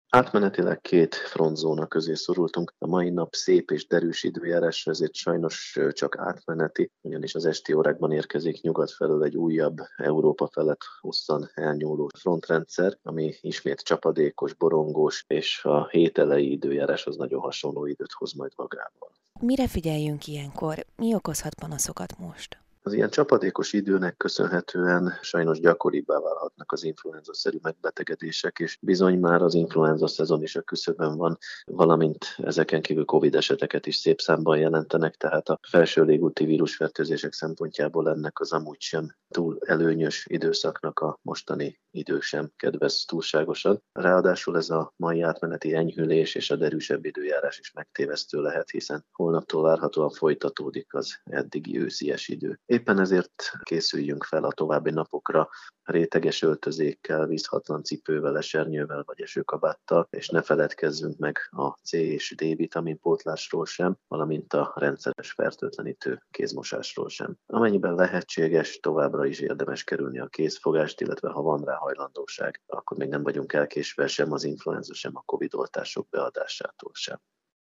Átmenetileg két frontzóna közé szorultunk. A mai nap szép és derűs időjárás, ezért sajnos csak átmeneti, ugyanis az esti órákban érkezik nyugat felől egy újabb Európa felett hosszan elnyúló frontrendszer, ami ismét csapadékos, borongós, és a hét elejé időjáráshoz nagyon hasonló időt hoz majd magával. Mire figyeljünk ilyenkor? Mi okozhat panaszokat most? Az ilyen csapadékos időnek köszönhetően sajnos gyakoribbá válhatnak az influenza-szerű megbetegedések, és bizony már az influenza szezon is a küszöbön van, valamint ezeken kívül Covid eseteket is szép számban jelentenek, tehát a felső légúti vírusfertőzések szempontjából ennek az amúgy sem túl előnyös időszaknak a mostani idő sem kedvez túlságosan. Ráadásul ez a mai átmeneti enyhülés és a derűsebb időjárás is megtévesztő lehet, hiszen holnaptól várhatóan folytatódik az eddigi őszies idő. Éppen ezért készüljünk fel a további napokra réteges öltözékkel, vízhatlan cipővel, esernyővel vagy esőkabáttal, és ne feledkezzünk meg a C és D vitaminpótlásról sem, valamint a rendszeres fertőtlenítő kézmosásról sem. Amennyiben lehetséges, továbbra is érdemes kerülni a kézfogást, illetve ha van rá hajlandóság, akkor még nem vagyunk elkésve sem az influenza, sem a Covid oltások beadásától sem.